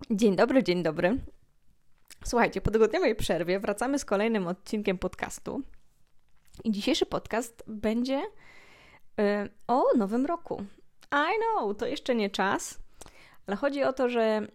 Dzień dobry, dzień dobry. Słuchajcie, po tygodniowej przerwie wracamy z kolejnym odcinkiem podcastu. I dzisiejszy podcast będzie o nowym roku. I know, to jeszcze nie czas, ale chodzi o to, że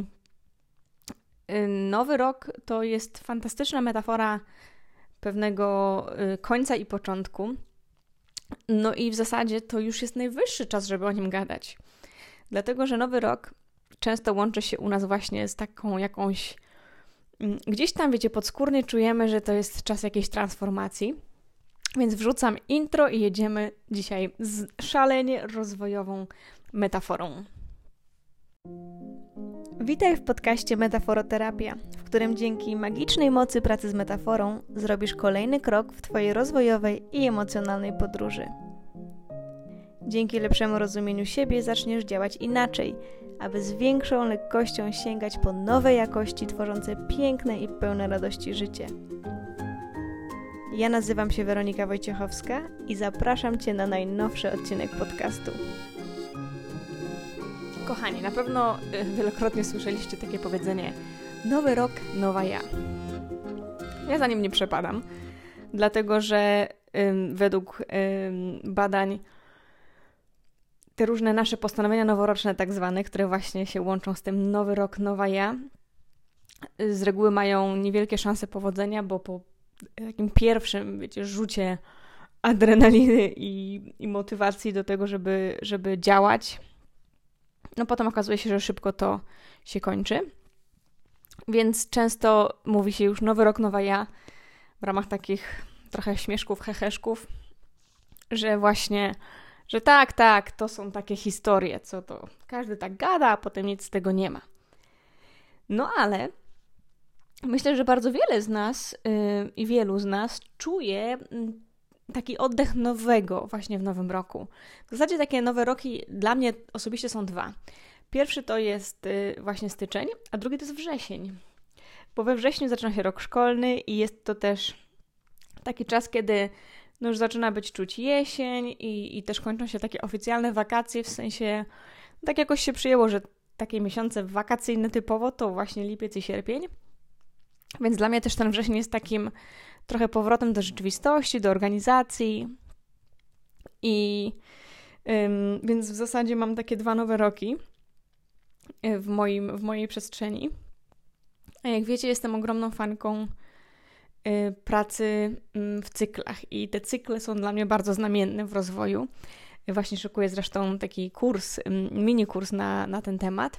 nowy rok to jest fantastyczna metafora pewnego końca i początku. No i w zasadzie to już jest najwyższy czas, żeby o nim gadać. Dlatego, że nowy rok często łączy się u nas właśnie z taką jakąś... Gdzieś tam, wiecie, podskórnie czujemy, że to jest czas jakiejś transformacji. Więc wrzucam intro i jedziemy dzisiaj z szalenie rozwojową metaforą. Witaj w podcaście Metaforoterapia, w którym dzięki magicznej mocy pracy z metaforą zrobisz kolejny krok w Twojej rozwojowej i emocjonalnej podróży. Dzięki lepszemu rozumieniu siebie zaczniesz działać inaczej, aby z większą lekkością sięgać po nowe jakości tworzące piękne i pełne radości życie. Ja nazywam się Weronika Wojciechowska i zapraszam Cię na najnowszy odcinek podcastu. Kochani, na pewno wielokrotnie słyszeliście takie powiedzenie: nowy rok, nowa ja. Ja za nim nie przepadam, dlatego że według badań te różne nasze postanowienia noworoczne tak zwane, które właśnie się łączą z tym nowy rok, nowa ja, z reguły mają niewielkie szanse powodzenia, bo po takim pierwszym, wiecie, rzucie adrenaliny i motywacji do tego, żeby działać, no potem okazuje się, że szybko to się kończy. Więc często mówi się już nowy rok, nowa ja w ramach takich trochę śmieszków, heheszków, że właśnie, że tak, to są takie historie, co to każdy tak gada, a potem nic z tego nie ma. No ale myślę, że bardzo wiele z nas i wielu z nas czuje taki oddech nowego właśnie w nowym roku. W zasadzie takie nowe roki dla mnie osobiście są dwa. Pierwszy to jest właśnie styczeń, a drugi to jest wrzesień. Bo we wrześniu zaczyna się rok szkolny i jest to też taki czas, kiedy no już zaczyna być czuć jesień i też kończą się takie oficjalne wakacje, w sensie tak jakoś się przyjęło, że takie miesiące wakacyjne typowo to właśnie lipiec i sierpień. Więc dla mnie też ten wrzesień jest takim trochę powrotem do rzeczywistości, do organizacji więc w zasadzie mam takie dwa nowe roki w mojej przestrzeni. A jak wiecie, jestem ogromną fanką pracy w cyklach i te cykle są dla mnie bardzo znamienne w rozwoju. Właśnie szykuję zresztą taki kurs, mini kurs na ten temat.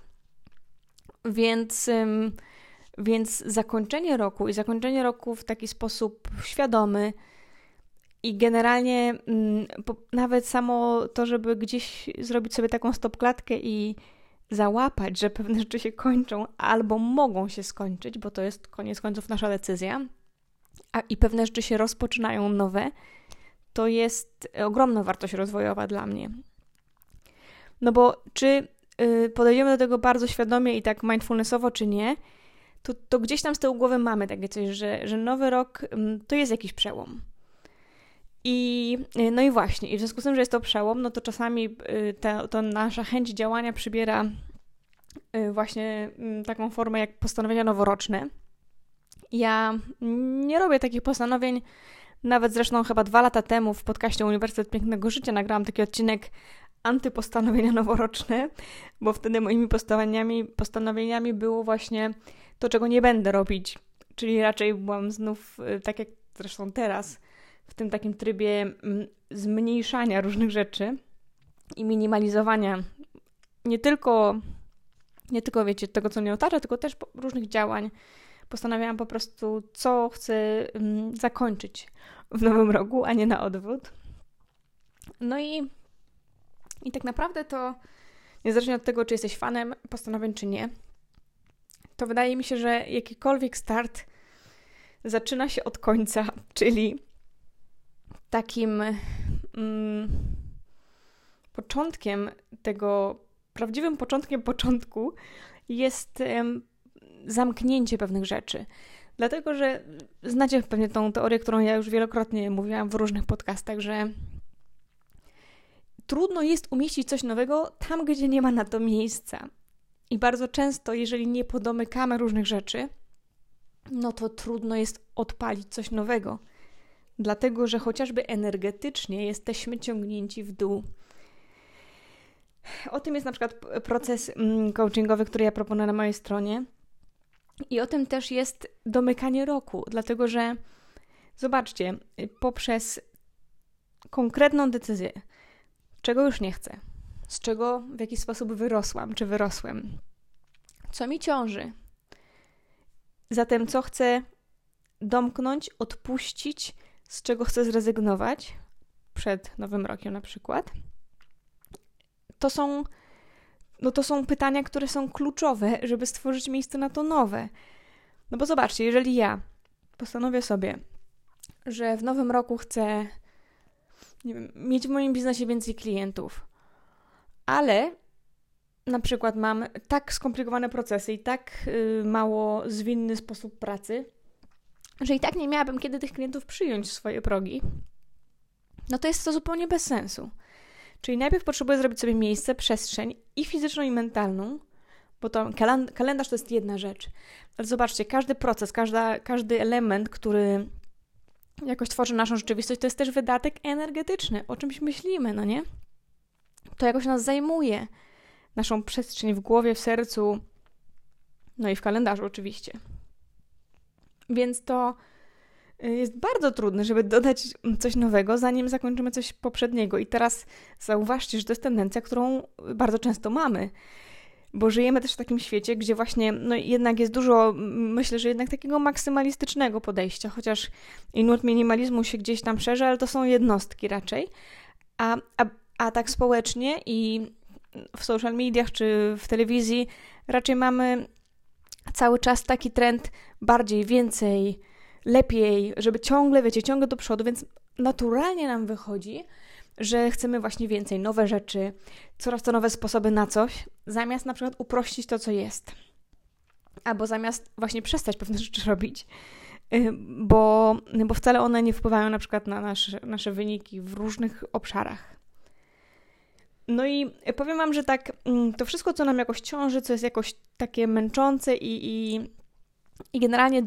Więc zakończenie roku w taki sposób świadomy i generalnie nawet samo to, żeby gdzieś zrobić sobie taką stopklatkę i załapać, że pewne rzeczy się kończą albo mogą się skończyć, bo to jest koniec końców nasza decyzja, i pewne rzeczy się rozpoczynają nowe, to jest ogromna wartość rozwojowa dla mnie. No bo czy podejdziemy do tego bardzo świadomie i tak mindfulnessowo, czy nie, to gdzieś tam z tyłu głowy mamy takie coś, że nowy rok to jest jakiś przełom. No i właśnie, i w związku z tym, że jest to przełom, no to czasami to nasza chęć działania przybiera właśnie taką formę jak postanowienia noworoczne. Ja nie robię takich postanowień, nawet zresztą chyba 2 lata temu w podcaście Uniwersytet Pięknego Życia nagrałam taki odcinek antypostanowienia noworoczne, bo wtedy moimi postanowieniami było właśnie to, czego nie będę robić, czyli raczej byłam znów, tak jak zresztą teraz, w tym takim trybie zmniejszania różnych rzeczy i minimalizowania nie tylko wiecie, tego, co mnie otacza, tylko też różnych działań. Postanawiałam po prostu, co chcę zakończyć w nowym roku, a nie na odwrót. No i tak naprawdę to, niezależnie od tego, czy jesteś fanem postanowień, czy nie, to wydaje mi się, że jakikolwiek start zaczyna się od końca, czyli takim początkiem tego, prawdziwym początkiem początku jest zamknięcie pewnych rzeczy. Dlatego, że znacie pewnie tą teorię, którą ja już wielokrotnie mówiłam w różnych podcastach, że trudno jest umieścić coś nowego tam, gdzie nie ma na to miejsca. I bardzo często, jeżeli nie podomykamy różnych rzeczy, no to trudno jest odpalić coś nowego. Dlatego, że chociażby energetycznie jesteśmy ciągnięci w dół. O tym jest na przykład proces coachingowy, który ja proponuję na mojej stronie. I o tym też jest domykanie roku. Dlatego, że zobaczcie, poprzez konkretną decyzję, czego już nie chcę, z czego w jakiś sposób wyrosłam, czy wyrosłem, co mi ciąży, zatem co chcę domknąć, odpuścić, z czego chcę zrezygnować przed Nowym Rokiem na przykład. To są pytania, które są kluczowe, żeby stworzyć miejsce na to nowe. No bo zobaczcie, jeżeli ja postanowię sobie, że w Nowym Roku chcę, nie wiem, mieć w moim biznesie więcej klientów, ale na przykład mam tak skomplikowane procesy i tak mało zwinny sposób pracy, że i tak nie miałabym kiedy tych klientów przyjąć w swoje progi, no to jest to zupełnie bez sensu. Czyli najpierw potrzebuję zrobić sobie miejsce, przestrzeń i fizyczną, i mentalną, bo to kalendarz to jest jedna rzecz. Ale zobaczcie, każdy proces, każdy element, który jakoś tworzy naszą rzeczywistość, to jest też wydatek energetyczny, o czymś myślimy, no nie? To jakoś nas zajmuje, naszą przestrzeń w głowie, w sercu, no i w kalendarzu oczywiście. Więc to jest bardzo trudne, żeby dodać coś nowego, zanim zakończymy coś poprzedniego. I teraz zauważcie, że to jest tendencja, którą bardzo często mamy, bo żyjemy też w takim świecie, gdzie właśnie jednak jest dużo, myślę, że jednak takiego maksymalistycznego podejścia, chociaż i nurt minimalizmu się gdzieś tam szerzy, ale to są jednostki raczej. A tak społecznie i w social mediach czy w telewizji raczej mamy cały czas taki trend bardziej, więcej, lepiej, żeby ciągle do przodu, więc naturalnie nam wychodzi, że chcemy właśnie więcej, nowe rzeczy, coraz to nowe sposoby na coś, zamiast na przykład uprościć to, co jest. Albo zamiast właśnie przestać pewne rzeczy robić, bo wcale one nie wpływają na przykład na nasze wyniki w różnych obszarach. No i powiem Wam, że tak, to wszystko, co nam jakoś ciąży, co jest jakoś takie męczące i generalnie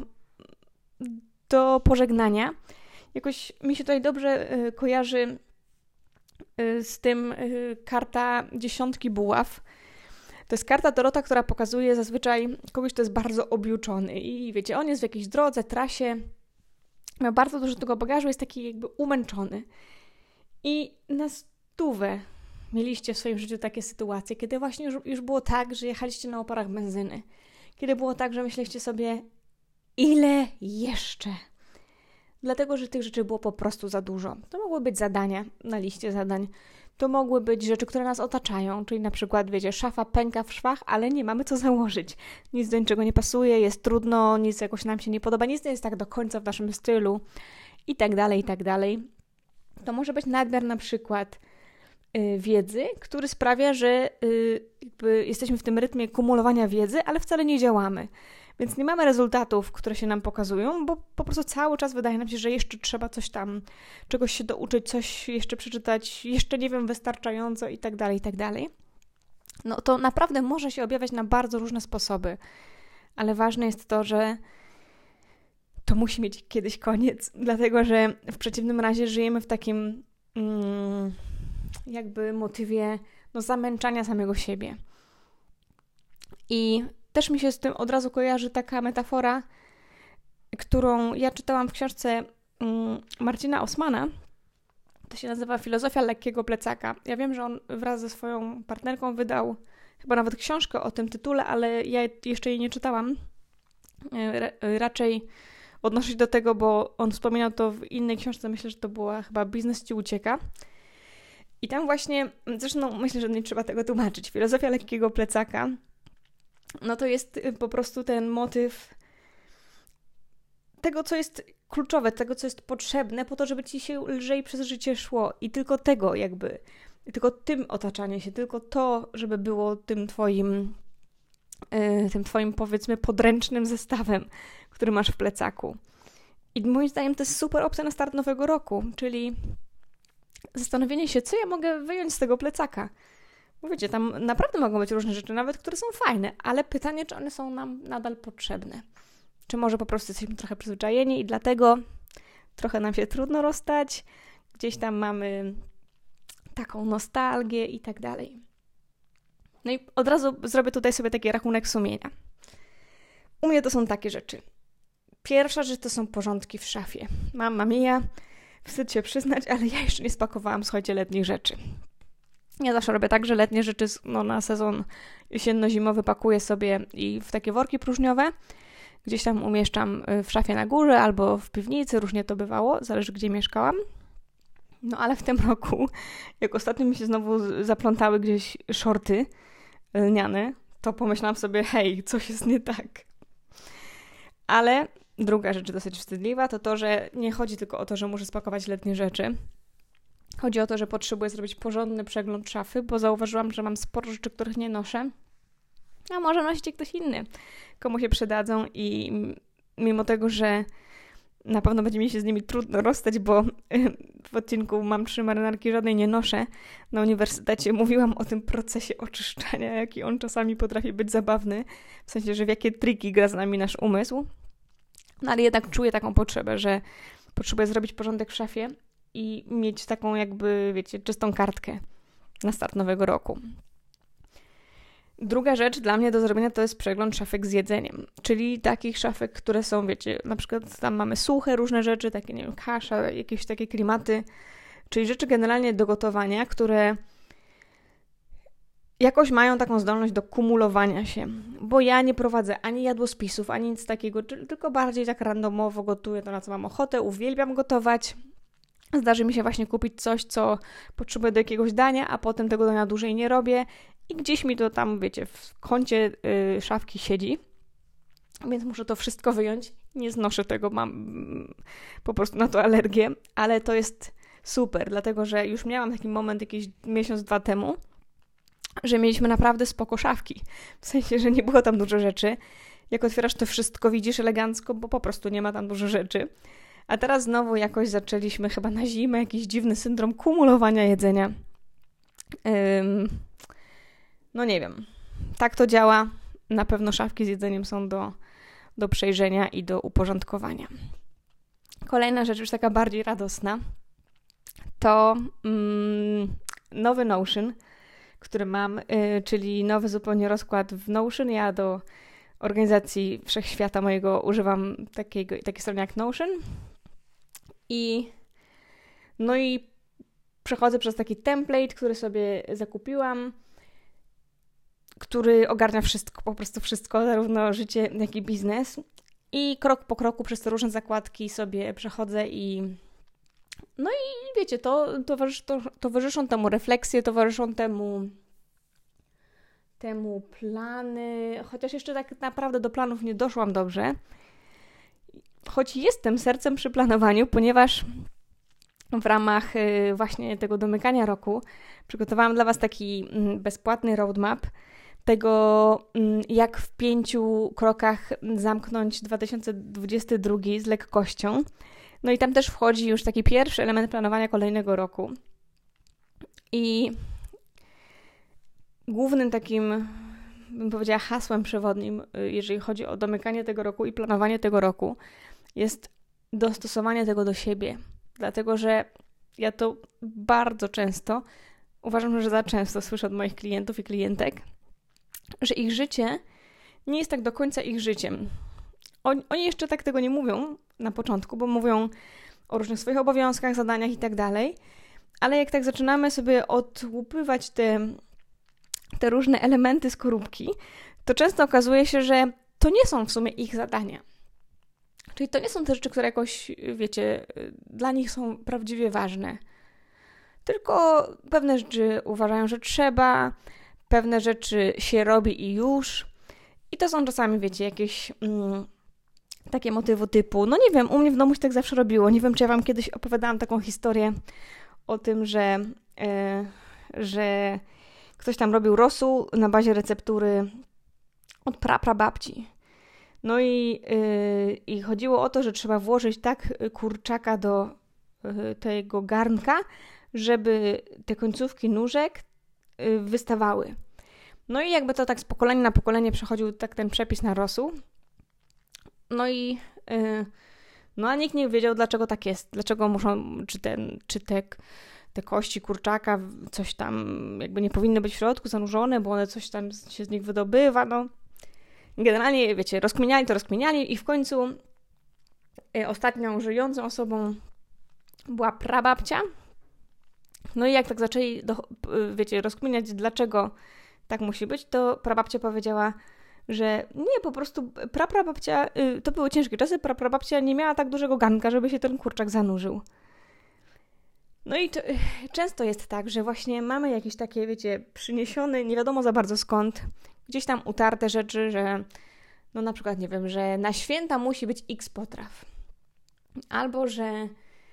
do pożegnania, jakoś mi się tutaj dobrze kojarzy z tym karta 10 buław. To jest karta Tarota, która pokazuje zazwyczaj kogoś, kto jest bardzo objuczony i wiecie, on jest w jakiejś drodze, trasie, ma bardzo dużo tego bagażu, jest taki jakby umęczony. I na stówę mieliście w swoim życiu takie sytuacje, kiedy właśnie już było tak, że jechaliście na oparach benzyny. Kiedy było tak, że myśleliście sobie, ile jeszcze? Dlatego, że tych rzeczy było po prostu za dużo. To mogły być zadania na liście zadań. To mogły być rzeczy, które nas otaczają, czyli na przykład, wiecie, szafa pęka w szwach, ale nie mamy co założyć. Nic do niczego nie pasuje, jest trudno, nic jakoś nam się nie podoba, nic nie jest tak do końca w naszym stylu i tak dalej, i tak dalej. To może być nadmiar na przykład wiedzy, który sprawia, że jesteśmy w tym rytmie kumulowania wiedzy, ale wcale nie działamy. Więc nie mamy rezultatów, które się nam pokazują, bo po prostu cały czas wydaje nam się, że jeszcze trzeba coś tam, czegoś się douczyć, coś jeszcze przeczytać, jeszcze nie wiem wystarczająco i tak dalej, i tak dalej. No to naprawdę może się objawiać na bardzo różne sposoby, ale ważne jest to, że to musi mieć kiedyś koniec, dlatego że w przeciwnym razie żyjemy w takim jakby motywie zamęczania samego siebie. I też mi się z tym od razu kojarzy taka metafora, którą ja czytałam w książce Marcina Osmana. To się nazywa Filozofia lekkiego plecaka. Ja wiem, że on wraz ze swoją partnerką wydał chyba nawet książkę o tym tytule, ale ja jeszcze jej nie czytałam. Raczej odnoszę się do tego, bo on wspominał to w innej książce, myślę, że to była chyba Biznes Ci ucieka. I tam właśnie, zresztą myślę, że nie trzeba tego tłumaczyć, filozofia lekkiego plecaka, no to jest po prostu ten motyw tego, co jest kluczowe, tego, co jest potrzebne po to, żeby ci się lżej przez życie szło i tylko tego jakby, tylko tym otaczanie się, tylko to, żeby było tym twoim powiedzmy podręcznym zestawem, który masz w plecaku. I moim zdaniem to jest super opcja na start nowego roku, czyli zastanowienie się, co ja mogę wyjąć z tego plecaka. Bo wiecie, tam naprawdę mogą być różne rzeczy, nawet które są fajne, ale pytanie, czy one są nam nadal potrzebne. Czy może po prostu jesteśmy trochę przyzwyczajeni i dlatego trochę nam się trudno rozstać, gdzieś tam mamy taką nostalgię i tak dalej. No i od razu zrobię tutaj sobie taki rachunek sumienia. U mnie to są takie rzeczy. Pierwsza rzecz to są porządki w szafie. Mamma mia, wstyd się przyznać, ale ja jeszcze nie spakowałam, słuchajcie, letnich rzeczy. Ja zawsze robię tak, że letnie rzeczy na sezon jesienno-zimowy pakuję sobie i w takie worki próżniowe. Gdzieś tam umieszczam w szafie na górze albo w piwnicy, różnie to bywało, zależy gdzie mieszkałam. No ale w tym roku, jak ostatnio mi się znowu zaplątały gdzieś shorty lniane, to pomyślałam sobie, hej, coś jest nie tak. Ale druga rzecz dosyć wstydliwa to to, że nie chodzi tylko o to, że muszę spakować letnie rzeczy. Chodzi o to, że potrzebuję zrobić porządny przegląd szafy, bo zauważyłam, że mam sporo rzeczy, których nie noszę. A może nosić je ktoś inny, komu się przydadzą i mimo tego, że na pewno będzie mi się z nimi trudno rozstać, bo w odcinku mam 3 marynarki, żadnej nie noszę. Na uniwersytecie mówiłam o tym procesie oczyszczania, jaki on czasami potrafi być zabawny. W sensie, że w jakie triki gra z nami nasz umysł. No ale jednak czuję taką potrzebę, że potrzebuję zrobić porządek w szafie i mieć taką jakby, wiecie, czystą kartkę na start nowego roku. Druga rzecz dla mnie do zrobienia to jest przegląd szafek z jedzeniem, czyli takich szafek, które są, wiecie, na przykład tam mamy suche różne rzeczy, takie, nie wiem, kasza, jakieś takie klimaty, czyli rzeczy generalnie do gotowania, które jakoś mają taką zdolność do kumulowania się, bo ja nie prowadzę ani jadłospisów, ani nic takiego, tylko bardziej tak randomowo gotuję to, na co mam ochotę, uwielbiam gotować. Zdarzy mi się właśnie kupić coś, co potrzebuję do jakiegoś dania, a potem tego dania dłużej nie robię i gdzieś mi to tam, wiecie, w kącie szafki siedzi, więc muszę to wszystko wyjąć. Nie znoszę tego, mam po prostu na to alergię, ale to jest super, dlatego że już miałam taki moment jakiś miesiąc, 2 temu, że mieliśmy naprawdę spoko szafki, w sensie, że nie było tam dużo rzeczy. Jak otwierasz to wszystko, widzisz elegancko, bo po prostu nie ma tam dużo rzeczy. A teraz znowu jakoś zaczęliśmy chyba na zimę jakiś dziwny syndrom kumulowania jedzenia. No nie wiem. Tak to działa. Na pewno szafki z jedzeniem są do przejrzenia i do uporządkowania. Kolejna rzecz, już taka bardziej radosna, to nowy Notion, który mam, czyli nowy zupełnie rozkład w Notion. Ja do organizacji Wszechświata mojego używam takiej strony jak Notion. No i przechodzę przez taki template, który sobie zakupiłam, który ogarnia wszystko, po prostu wszystko, zarówno życie, jak i biznes. I krok po kroku przez te różne zakładki sobie przechodzę no i wiecie, towarzyszą temu refleksje, towarzyszą temu plany, chociaż jeszcze tak naprawdę do planów nie doszłam dobrze. Choć jestem sercem przy planowaniu, ponieważ w ramach właśnie tego domykania roku przygotowałam dla Was taki bezpłatny roadmap tego, jak w 5 krokach zamknąć 2022 z lekkością. No i tam też wchodzi już taki pierwszy element planowania kolejnego roku. I głównym takim, bym powiedziała, hasłem przewodnim, jeżeli chodzi o domykanie tego roku i planowanie tego roku, jest dostosowanie tego do siebie. Dlatego, że ja to bardzo często, uważam, że za często słyszę od moich klientów i klientek, że ich życie nie jest tak do końca ich życiem. Oni jeszcze tak tego nie mówią na początku, bo mówią o różnych swoich obowiązkach, zadaniach i tak dalej, ale jak tak zaczynamy sobie odłupywać te różne elementy skorupki, to często okazuje się, że to nie są w sumie ich zadania. Czyli to nie są te rzeczy, które jakoś, wiecie, dla nich są prawdziwie ważne. Tylko pewne rzeczy uważają, że trzeba, pewne rzeczy się robi i już. I to są czasami, wiecie, jakieś takie motywy typu, no nie wiem, u mnie w domu się tak zawsze robiło. Nie wiem, czy ja Wam kiedyś opowiadałam taką historię o tym, że ktoś tam robił rosół na bazie receptury od prababci. No i chodziło o to, że trzeba włożyć tak kurczaka do tego garnka, żeby te końcówki nóżek wystawały. No i jakby to tak z pokolenia na pokolenie przechodził tak ten przepis na rosół. No i a nikt nie wiedział, dlaczego tak jest. Dlaczego muszą, czy te kości kurczaka coś tam jakby nie powinny być w środku zanurzone, bo one coś tam się z nich wydobywa, no. Generalnie, wiecie, rozkminiali i w końcu ostatnią żyjącą osobą była prababcia. No i jak tak zaczęli, rozkminiać, dlaczego tak musi być, to prababcia powiedziała, że nie, po prostu praprababcia, to były ciężkie czasy, praprababcia nie miała tak dużego garnka, żeby się ten kurczak zanurzył. No i często jest tak, że właśnie mamy jakieś takie, wiecie, przyniesione, nie wiadomo za bardzo skąd, gdzieś tam utarte rzeczy, że no na przykład, nie wiem, że na święta musi być X potraw. Albo, że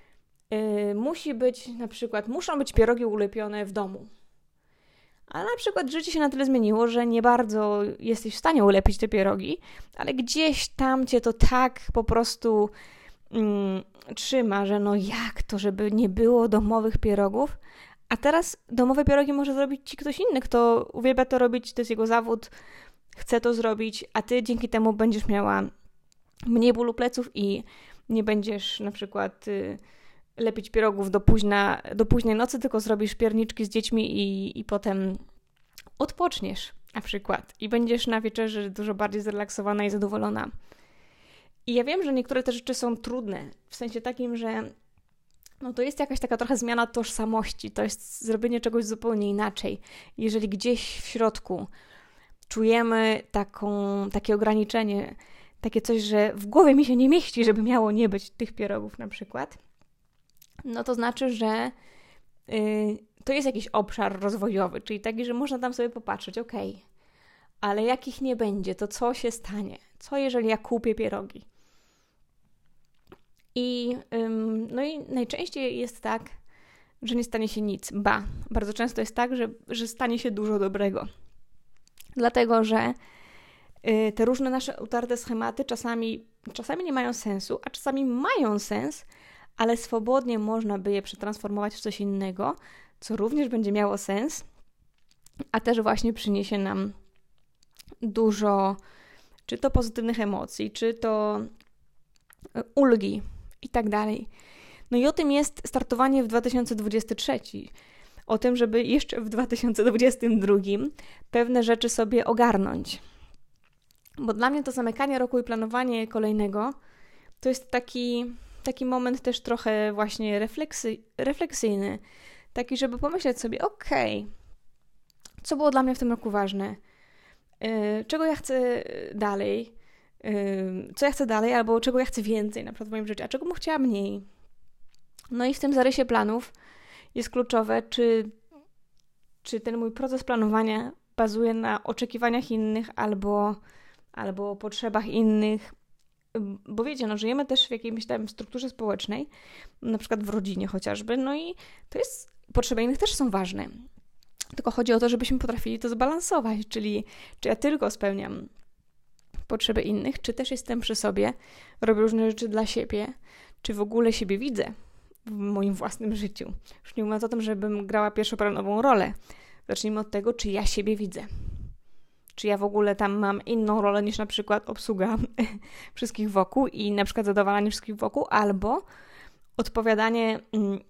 muszą być pierogi ulepione w domu. A na przykład życie się na tyle zmieniło, że nie bardzo jesteś w stanie ulepić te pierogi, ale gdzieś tam cię to tak po prostu trzyma, że no jak to, żeby nie było domowych pierogów, a teraz domowe pierogi może zrobić ci ktoś inny, kto uwielbia to robić, to jest jego zawód, chce to zrobić, a ty dzięki temu będziesz miała mniej bólu pleców i nie będziesz na przykład lepić pierogów do późnej nocy, tylko zrobisz pierniczki z dziećmi i potem odpoczniesz na przykład i będziesz na wieczerzy dużo bardziej zrelaksowana i zadowolona. I ja wiem, że niektóre te rzeczy są trudne, w sensie takim, że no to jest jakaś taka trochę zmiana tożsamości, to jest zrobienie czegoś zupełnie inaczej. Jeżeli gdzieś w środku czujemy takie ograniczenie, takie coś, że w głowie mi się nie mieści, żeby miało nie być tych pierogów na przykład, no to znaczy, że to jest jakiś obszar rozwojowy, czyli taki, że można tam sobie popatrzeć, okej, ale jak ich nie będzie, to co się stanie? Co jeżeli ja kupię pierogi? I najczęściej jest tak, że nie stanie się nic. Bardzo często jest tak, że stanie się dużo dobrego. Dlatego, że te różne nasze utarte schematy czasami nie mają sensu, a czasami mają sens, ale swobodnie można by je przetransformować w coś innego, co również będzie miało sens, a też właśnie przyniesie nam dużo, czy to pozytywnych emocji, czy to ulgi i tak dalej. No i o tym jest startowanie w 2023. O tym, żeby jeszcze w 2022 pewne rzeczy sobie ogarnąć. Bo dla mnie to zamykanie roku i planowanie kolejnego to jest taki moment też trochę właśnie refleksyjny. Taki, żeby pomyśleć sobie, co było dla mnie w tym roku ważne? Czego ja chcę dalej? Co ja chcę dalej? Albo czego ja chcę więcej na przykład w moim życiu? A czego bym chciała mniej? No i w tym zarysie planów jest kluczowe, czy ten mój proces planowania bazuje na oczekiwaniach innych albo potrzebach innych. Bo wiecie, no żyjemy też w jakiejś tam strukturze społecznej, na przykład w rodzinie chociażby, no i to jest, potrzeby innych też są ważne. Tylko chodzi o to, żebyśmy potrafili to zbalansować, czyli czy ja tylko spełniam potrzeby innych, czy też jestem przy sobie, robię różne rzeczy dla siebie, czy w ogóle siebie widzę w moim własnym życiu. Już nie mówiąc o tym, żebym grała pierwszoplanową rolę. Zacznijmy od tego, czy ja siebie widzę. Czy ja w ogóle tam mam inną rolę niż na przykład obsługa wszystkich wokół i na przykład zadowalanie wszystkich wokół, albo odpowiadanie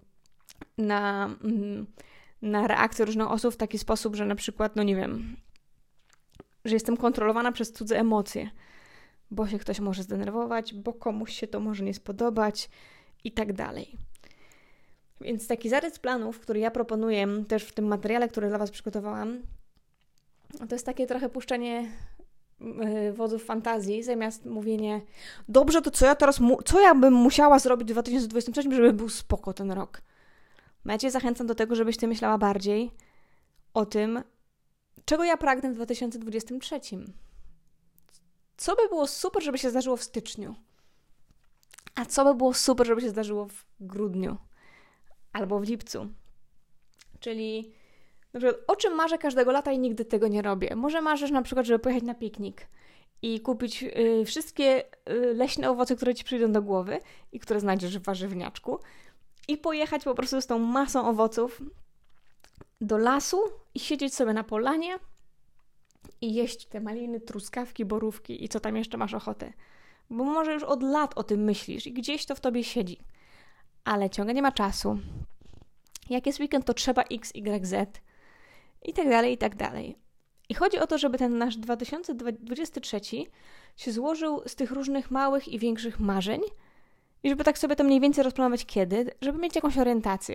na reakcje różnych osób w taki sposób, że na przykład, no nie wiem, że jestem kontrolowana przez cudze emocje, bo się ktoś może zdenerwować, bo komuś się to może nie spodobać i tak dalej. Więc taki zarys planów, który ja proponuję też w tym materiale, który dla Was przygotowałam, to jest takie trochę puszczenie wodzów fantazji, zamiast mówienie, dobrze, to co ja bym musiała zrobić w 2023, żeby był spoko ten rok. Ja Cię zachęcam do tego, żebyś Ty myślała bardziej o tym, czego ja pragnę w 2023. Co by było super, żeby się zdarzyło w styczniu? A co by było super, żeby się zdarzyło w grudniu? Albo w lipcu? Czyli na przykład, o czym marzę każdego lata i nigdy tego nie robię? Może marzysz na przykład, żeby pojechać na piknik i kupić wszystkie leśne owoce, które Ci przyjdą do głowy i które znajdziesz w warzywniaczku i pojechać po prostu z tą masą owoców do lasu i siedzieć sobie na polanie i jeść te maliny, truskawki, borówki i co tam jeszcze masz ochotę. Bo może już od lat o tym myślisz i gdzieś to w tobie siedzi. Ale ciągle nie ma czasu. Jak jest weekend, to trzeba X, Y, Z i tak dalej, i tak dalej. I chodzi o to, żeby ten nasz 2023 się złożył z tych różnych małych i większych marzeń i żeby tak sobie to mniej więcej rozplanować kiedy, żeby mieć jakąś orientację.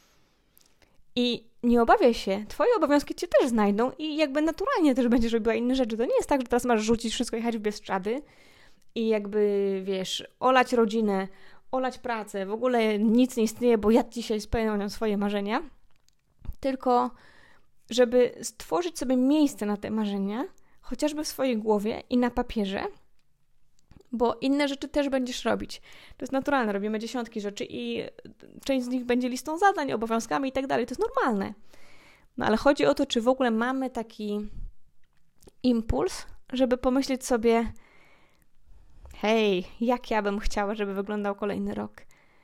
I nie obawiaj się, twoje obowiązki cię też znajdą i jakby naturalnie też będziesz robiła inne rzeczy. To nie jest tak, że teraz masz rzucić wszystko i jechać w Bieszczady i jakby, wiesz, olać rodzinę, olać pracę, w ogóle nic nie istnieje, bo ja dzisiaj spełniam swoje marzenia, tylko żeby stworzyć sobie miejsce na te marzenia, chociażby w swojej głowie i na papierze, bo inne rzeczy też będziesz robić. To jest naturalne, robimy dziesiątki rzeczy i część z nich będzie listą zadań, obowiązkami i tak dalej. To jest normalne. No ale chodzi o to, czy w ogóle mamy taki impuls, żeby pomyśleć sobie, hej, jak ja bym chciała, żeby wyglądał kolejny rok.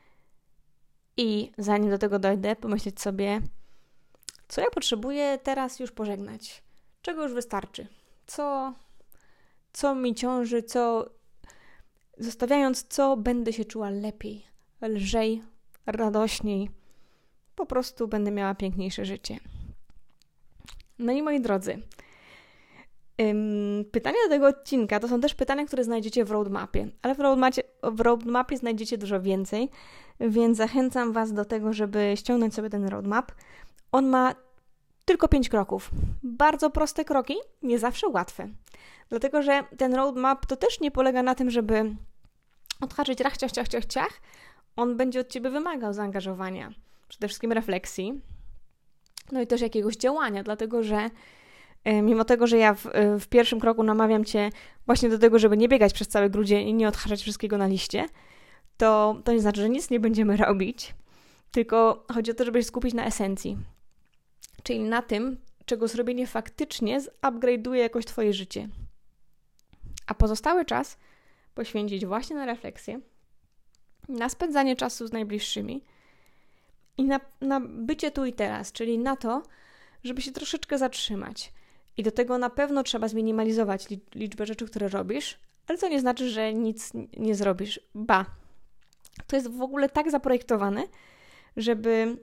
I zanim do tego dojdę, pomyśleć sobie, co ja potrzebuję teraz już pożegnać? Czego już wystarczy? Co mi ciąży, zostawiając co, będę się czuła lepiej, lżej, radośniej. Po prostu będę miała piękniejsze życie. No i moi drodzy, pytania do tego odcinka to są też pytania, które znajdziecie w roadmapie, ale w roadmapie znajdziecie dużo więcej, więc zachęcam Was do tego, żeby ściągnąć sobie ten roadmap. On ma tylko 5 kroków. Bardzo proste kroki, nie zawsze łatwe. Dlatego, że ten roadmap to też nie polega na tym, żeby odhaczyć rach, ciach, ciach, ciach, ciach. On będzie od Ciebie wymagał zaangażowania, przede wszystkim refleksji, no i też jakiegoś działania, dlatego, że mimo tego, że ja w pierwszym kroku namawiam Cię właśnie do tego, żeby nie biegać przez cały grudzień i nie odhaczać wszystkiego na liście, to nie znaczy, że nic nie będziemy robić, tylko chodzi o to, żeby się skupić na esencji, czyli na tym, czego zrobienie faktycznie zupgrade'uje jakoś Twoje życie. A pozostały czas poświęcić właśnie na refleksję, na spędzanie czasu z najbliższymi i na bycie tu i teraz, czyli na to, żeby się troszeczkę zatrzymać. I do tego na pewno trzeba zminimalizować liczbę rzeczy, które robisz, ale to nie znaczy, że nic nie zrobisz. Ba, to jest w ogóle tak zaprojektowane, żeby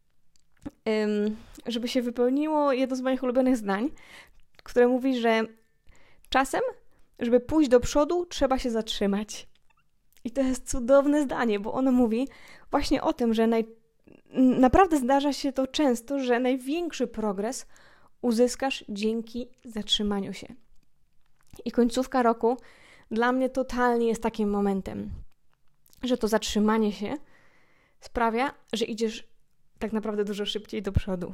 się wypełniło jedno z moich ulubionych zdań, które mówi, że czasem, żeby pójść do przodu, trzeba się zatrzymać. I to jest cudowne zdanie, bo ono mówi właśnie o tym, że naprawdę zdarza się to często, że największy progres uzyskasz dzięki zatrzymaniu się. I końcówka roku dla mnie totalnie jest takim momentem, że to zatrzymanie się sprawia, że idziesz tak naprawdę dużo szybciej do przodu.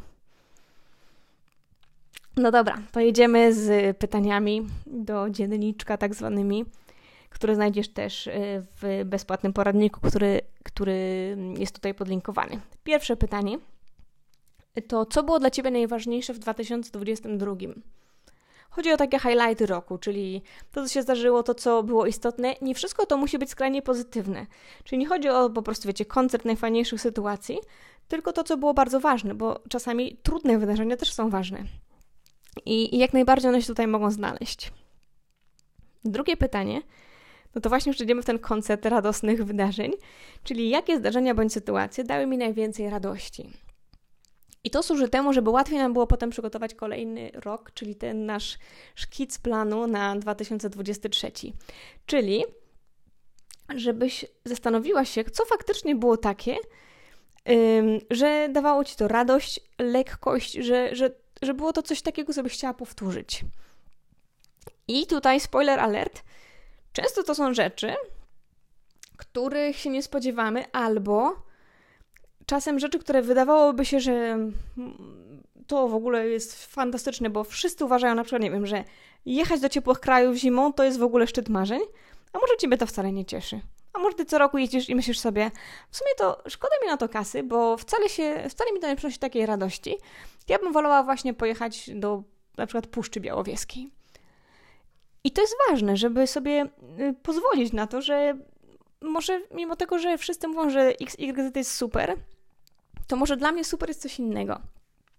No dobra, to jedziemy z pytaniami do dzienniczka tak zwanymi, które znajdziesz też w bezpłatnym poradniku, który jest tutaj podlinkowany. Pierwsze pytanie to, co było dla Ciebie najważniejsze w 2022? Chodzi o takie highlighty roku, czyli to, co się zdarzyło, to, co było istotne. Nie wszystko to musi być skrajnie pozytywne. Czyli nie chodzi o po prostu, wiecie, koncert najfajniejszych sytuacji, tylko to, co było bardzo ważne, bo czasami trudne wydarzenia też są ważne. I jak najbardziej one się tutaj mogą znaleźć. Drugie pytanie, no to właśnie już idziemy w ten koncert radosnych wydarzeń, czyli jakie zdarzenia bądź sytuacje dały mi najwięcej radości. I to służy temu, żeby łatwiej nam było potem przygotować kolejny rok, czyli ten nasz szkic planu na 2023. Czyli żebyś zastanowiła się, co faktycznie było takie, że dawało Ci to radość, lekkość, że było to coś takiego, co byś chciała powtórzyć. I tutaj spoiler alert, często to są rzeczy, których się nie spodziewamy, albo czasem rzeczy, które wydawałoby się, że to w ogóle jest fantastyczne, bo wszyscy uważają na przykład, nie wiem, że jechać do ciepłych krajów zimą to jest w ogóle szczyt marzeń, a może Ciebie to wcale nie cieszy. A może Ty co roku jeździsz i myślisz sobie, w sumie to szkoda mi na to kasy, bo wcale mi to nie przynosi takiej radości. Ja bym wolała właśnie pojechać do na przykład Puszczy Białowieskiej. I to jest ważne, żeby sobie pozwolić na to, że może mimo tego, że wszyscy mówią, że XYZ jest super, to może dla mnie super jest coś innego.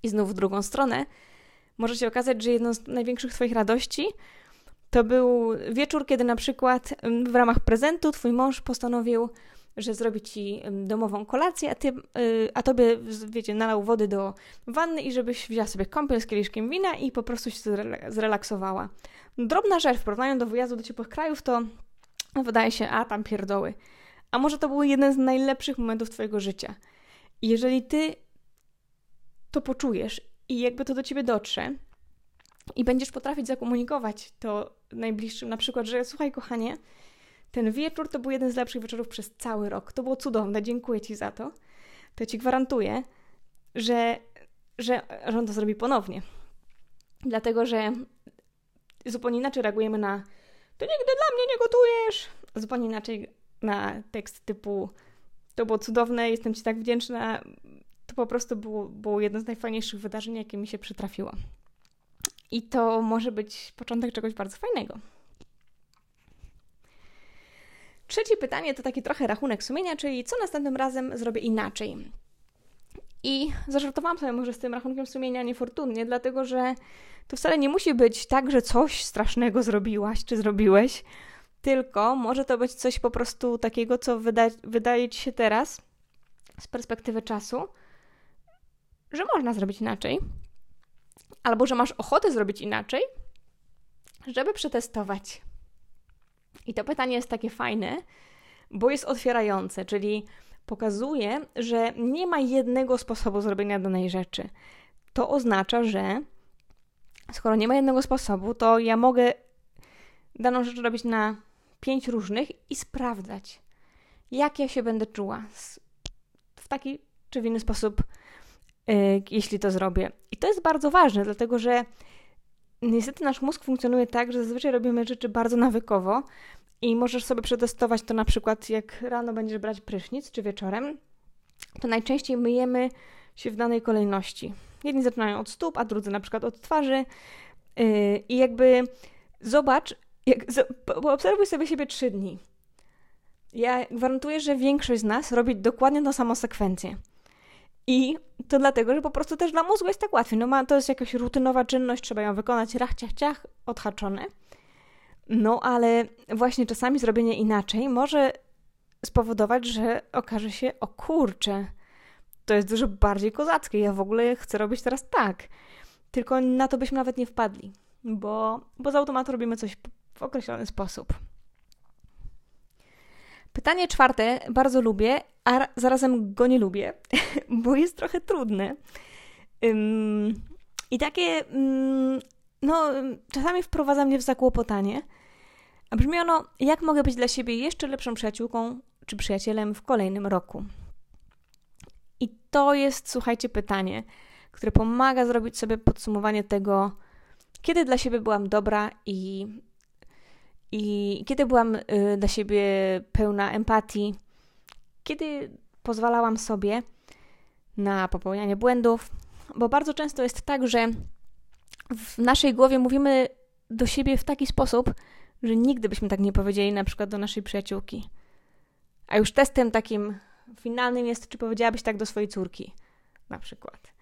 I znów w drugą stronę może się okazać, że jedną z największych Twoich radości to był wieczór, kiedy na przykład w ramach prezentu Twój mąż postanowił, że zrobi Ci domową kolację, a Tobie, wiecie, nalał wody do wanny i żebyś wzięła sobie kąpiel z kieliszkiem wina i po prostu się zrelaksowała. Drobna rzecz w porównaniu do wyjazdu do ciepłych krajów to wydaje się, tam pierdoły. A może to był jeden z najlepszych momentów Twojego życia. I jeżeli Ty to poczujesz i jakby to do Ciebie dotrze i będziesz potrafić zakomunikować to najbliższym, na przykład, że słuchaj kochanie, ten wieczór to był jeden z lepszych wieczorów przez cały rok. To było cudowne, dziękuję Ci za to. To Ci gwarantuję, że on to zrobi ponownie. Dlatego, że zupełnie inaczej reagujemy na to nigdy dla mnie nie gotujesz. Zupełnie inaczej na tekst typu to było cudowne, jestem Ci tak wdzięczna. To po prostu było jedno z najfajniejszych wydarzeń, jakie mi się przytrafiło. I to może być początek czegoś bardzo fajnego. Trzecie pytanie to taki trochę rachunek sumienia, czyli co następnym razem zrobię inaczej. I zażartowałam sobie może z tym rachunkiem sumienia niefortunnie, dlatego że to wcale nie musi być tak, że coś strasznego zrobiłaś czy zrobiłeś, tylko może to być coś po prostu takiego, co wydaje Ci się teraz z perspektywy czasu, że można zrobić inaczej, albo że masz ochotę zrobić inaczej, żeby przetestować. I to pytanie jest takie fajne, bo jest otwierające, czyli pokazuje, że nie ma jednego sposobu zrobienia danej rzeczy. To oznacza, że skoro nie ma jednego sposobu, to ja mogę daną rzecz robić na 5 różnych i sprawdzać, jak ja się będę czuła w taki czy w inny sposób, jeśli to zrobię. I to jest bardzo ważne, dlatego że niestety nasz mózg funkcjonuje tak, że zazwyczaj robimy rzeczy bardzo nawykowo i możesz sobie przetestować to na przykład, jak rano będziesz brać prysznic, czy wieczorem, to najczęściej myjemy się w danej kolejności. Jedni zaczynają od stóp, a drudzy na przykład od twarzy i jakby zobacz, obserwuj sobie siebie 3 dni. Ja gwarantuję, że większość z nas robi dokładnie tą samą sekwencję. I to dlatego, że po prostu też dla mózgu jest tak łatwiej. To jest jakaś rutynowa czynność, trzeba ją wykonać, rach, ciach, ciach, odhaczone. No, ale właśnie czasami zrobienie inaczej może spowodować, że okaże się, o kurczę, to jest dużo bardziej kozackie, ja w ogóle chcę robić teraz tak. Tylko na to byśmy nawet nie wpadli, bo z automatu robimy coś w określony sposób. Pytanie 4 bardzo lubię, a zarazem go nie lubię, bo jest trochę trudne. I takie, czasami wprowadza mnie w zakłopotanie. A brzmi ono, jak mogę być dla siebie jeszcze lepszą przyjaciółką czy przyjacielem w kolejnym roku? I to jest, słuchajcie, pytanie, które pomaga zrobić sobie podsumowanie tego, kiedy dla siebie byłam dobra i kiedy byłam dla siebie pełna empatii, kiedy pozwalałam sobie na popełnianie błędów, bo bardzo często jest tak, że w naszej głowie mówimy do siebie w taki sposób, że nigdy byśmy tak nie powiedzieli na przykład do naszej przyjaciółki. A już testem takim finalnym jest, czy powiedziałabyś tak do swojej córki na przykład.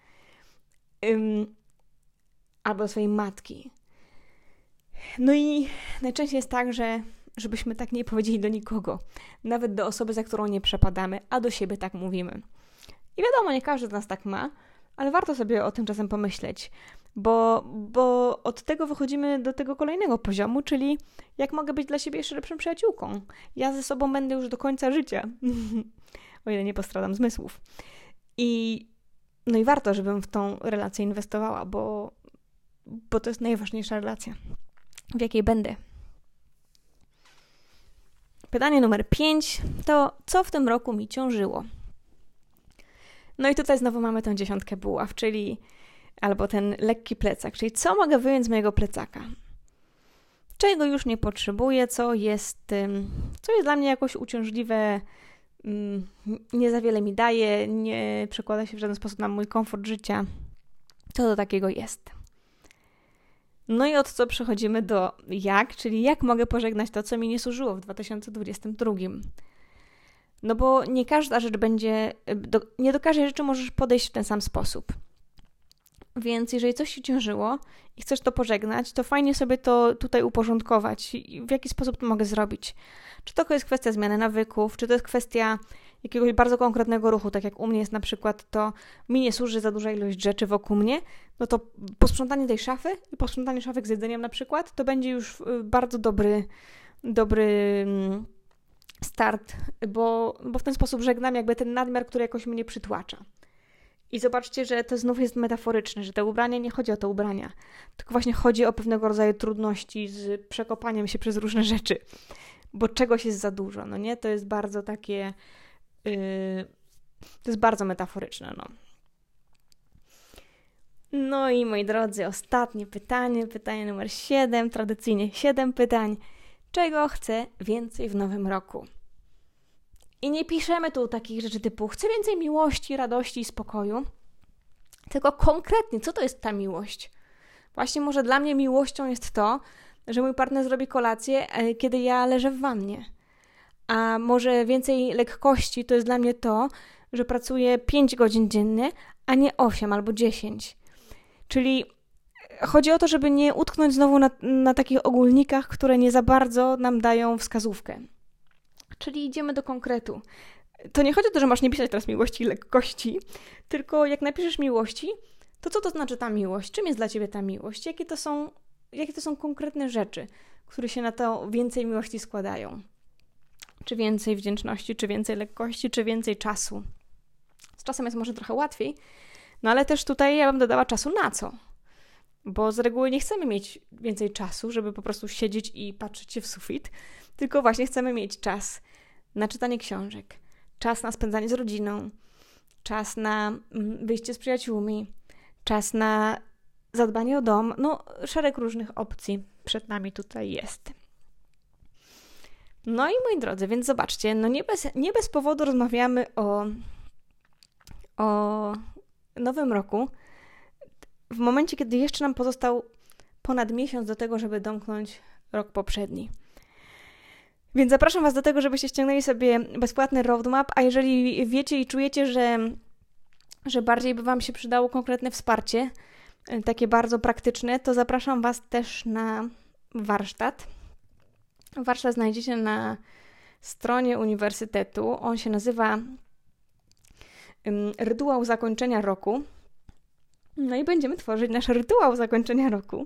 Albo do swojej matki. No i najczęściej jest tak, żebyśmy tak nie powiedzieli do nikogo. Nawet do osoby, za którą nie przepadamy, a do siebie tak mówimy. I wiadomo, nie każdy z nas tak ma, ale warto sobie o tym czasem pomyśleć, bo od tego wychodzimy do tego kolejnego poziomu, czyli jak mogę być dla siebie jeszcze lepszą przyjaciółką. Ja ze sobą będę już do końca życia, o ile nie postradam zmysłów. I warto, żebym w tą relację inwestowała, bo to jest najważniejsza relacja, w jakiej będę. Pytanie numer 5 to, co w tym roku mi ciążyło? No i tutaj znowu mamy tę 10 buław, albo ten lekki plecak, czyli co mogę wyjąć z mojego plecaka? Czego już nie potrzebuję, co jest dla mnie jakoś uciążliwe, nie za wiele mi daje, nie przekłada się w żaden sposób na mój komfort życia. Co do takiego jest. No i od co przechodzimy do jak, czyli jak mogę pożegnać to, co mi nie służyło w 2022. No bo nie każda rzecz nie do każdej rzeczy możesz podejść w ten sam sposób. Więc jeżeli coś Ci ciążyło i chcesz to pożegnać, to fajnie sobie to tutaj uporządkować. I w jaki sposób to mogę zrobić? Czy to jest kwestia zmiany nawyków, czy to jest kwestia jakiegoś bardzo konkretnego ruchu, tak jak u mnie jest na przykład to, mi nie służy za duża ilość rzeczy wokół mnie, no to posprzątanie tej szafy i posprzątanie szafek z jedzeniem na przykład, to będzie już bardzo dobry start, bo w ten sposób żegnam jakby ten nadmiar, który jakoś mnie przytłacza. I zobaczcie, że to znów jest metaforyczne, że te ubrania, nie chodzi o te ubrania, tylko właśnie chodzi o pewnego rodzaju trudności z przekopaniem się przez różne rzeczy, bo czegoś jest za dużo, no nie? To jest bardzo takie, to jest bardzo metaforyczne, no. No i moi drodzy, ostatnie pytanie numer 7, tradycyjnie 7 pytań. Czego chcę więcej w nowym roku? I nie piszemy tu takich rzeczy typu chcę więcej miłości, radości i spokoju, tylko konkretnie, co to jest ta miłość? Właśnie może dla mnie miłością jest to, że mój partner zrobi kolację, kiedy ja leżę w wannie. A może więcej lekkości to jest dla mnie to, że pracuję 5 godzin dziennie, a nie 8 albo 10. Czyli chodzi o to, żeby nie utknąć znowu na takich ogólnikach, które nie za bardzo nam dają wskazówkę. Czyli idziemy do konkretu. To nie chodzi o to, że masz nie pisać teraz miłości i lekkości, tylko jak napiszesz miłości, to co to znaczy ta miłość? Czym jest dla Ciebie ta miłość? Jakie to są konkretne rzeczy, które się na to więcej miłości składają? Czy więcej wdzięczności, czy więcej lekkości, czy więcej czasu? Z czasem jest może trochę łatwiej, no ale też tutaj ja bym dodała czasu na co? Bo z reguły nie chcemy mieć więcej czasu, żeby po prostu siedzieć i patrzeć się w sufit, tylko właśnie chcemy mieć czas na czytanie książek, czas na spędzanie z rodziną, czas na wyjście z przyjaciółmi, czas na zadbanie o dom. No, szereg różnych opcji przed nami tutaj jest. No i moi drodzy, więc zobaczcie, no nie bez powodu rozmawiamy o nowym roku, w momencie, kiedy jeszcze nam pozostał ponad miesiąc do tego, żeby domknąć rok poprzedni. Więc zapraszam Was do tego, żebyście ściągnęli sobie bezpłatny roadmap, a jeżeli wiecie i czujecie, że bardziej by Wam się przydało konkretne wsparcie, takie bardzo praktyczne, to zapraszam Was też na warsztat. Warsztat znajdziecie na stronie uniwersytetu. On się nazywa Rytuał Zakończenia Roku. No i będziemy tworzyć nasz rytuał zakończenia roku,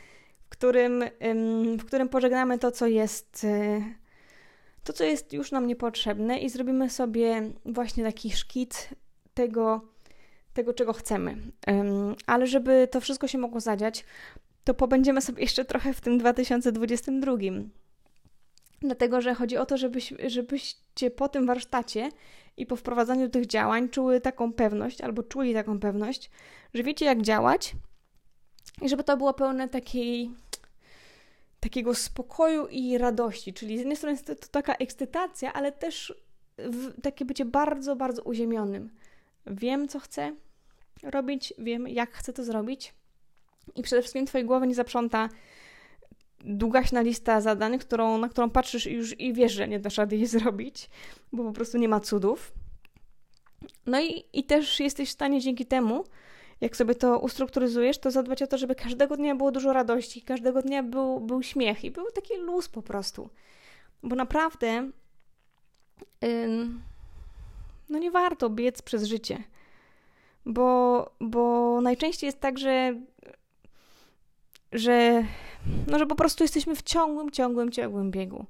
w którym pożegnamy to, co jest już nam niepotrzebne i zrobimy sobie właśnie taki szkic tego, czego chcemy. Ale żeby to wszystko się mogło zadziać, to pobędziemy sobie jeszcze trochę w tym 2022. Dlatego, że chodzi o to, żebyście po tym warsztacie i po wprowadzaniu tych działań czuli taką pewność, że wiecie, jak działać i żeby to było pełne takiego spokoju i radości. Czyli z jednej strony jest to taka ekscytacja, ale też takie bycie bardzo, bardzo uziemionym. Wiem, co chcę robić, wiem, jak chcę to zrobić i przede wszystkim Twojej głowy nie zaprząta długaśna lista zadań, na którą patrzysz i wiesz, że nie dasz rady jej zrobić, bo po prostu nie ma cudów. No i też jesteś w stanie dzięki temu, jak sobie to ustrukturyzujesz, to zadbać o to, żeby każdego dnia było dużo radości, każdego dnia był śmiech i był taki luz po prostu. Bo naprawdę no nie warto biec przez życie. Bo najczęściej jest tak, że po prostu jesteśmy w ciągłym biegu.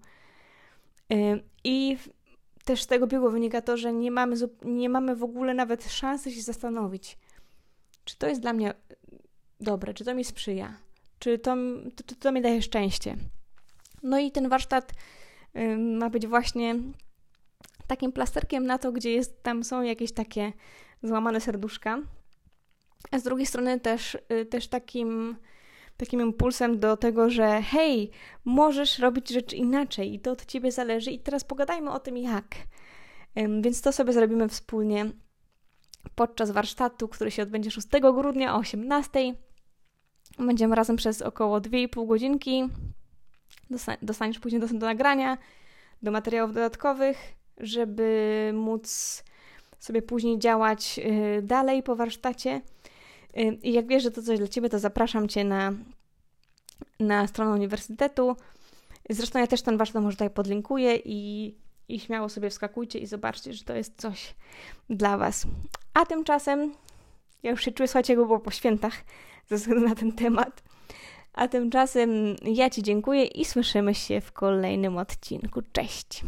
I też z tego biegu wynika to, że nie mamy w ogóle nawet szansy się zastanowić, czy to jest dla mnie dobre, czy to mi sprzyja, czy to mi daje szczęście. No i ten warsztat ma być właśnie takim plasterkiem na to, gdzie tam są jakieś takie złamane serduszka, a z drugiej strony też takim impulsem do tego, że hej, możesz robić rzeczy inaczej i to od Ciebie zależy i teraz pogadajmy o tym jak. Więc to sobie zrobimy wspólnie podczas warsztatu, który się odbędzie 6 grudnia o 18:00. Będziemy razem przez około 2,5 godzinki. Dostaniesz później dostęp do nagrania, do materiałów dodatkowych, żeby móc sobie później działać dalej po warsztacie. I jak wiesz, że to coś dla Ciebie, to zapraszam Cię na stronę uniwersytetu. Zresztą ja też ten warsztat może tutaj podlinkuję i śmiało sobie wskakujcie i zobaczcie, że to jest coś dla Was. A tymczasem, ja już się czuję, słuchajcie, jak było po świętach, ze względu na ten temat. A tymczasem ja Ci dziękuję i słyszymy się w kolejnym odcinku. Cześć!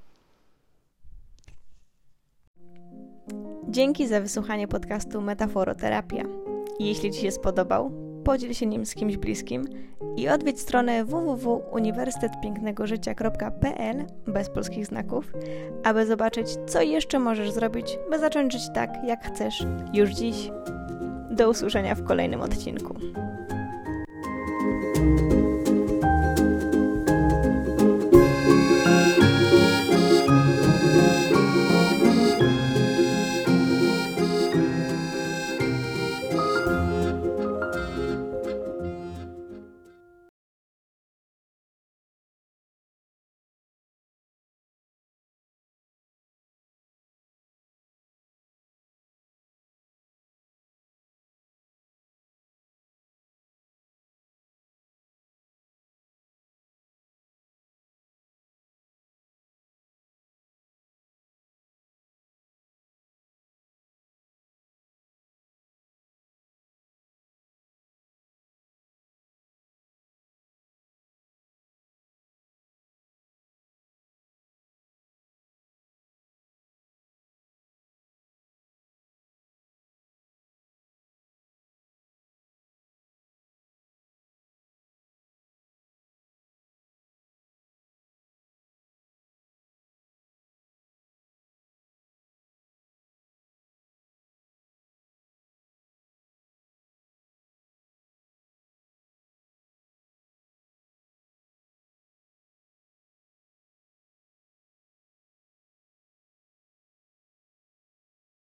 Dzięki za wysłuchanie podcastu Metaforoterapia. Jeśli Ci się spodobał, podziel się nim z kimś bliskim i odwiedź stronę www.uniwersytetpięknegożycia.pl bez polskich znaków, aby zobaczyć, co jeszcze możesz zrobić, by zacząć żyć tak, jak chcesz już dziś. Do usłyszenia w kolejnym odcinku.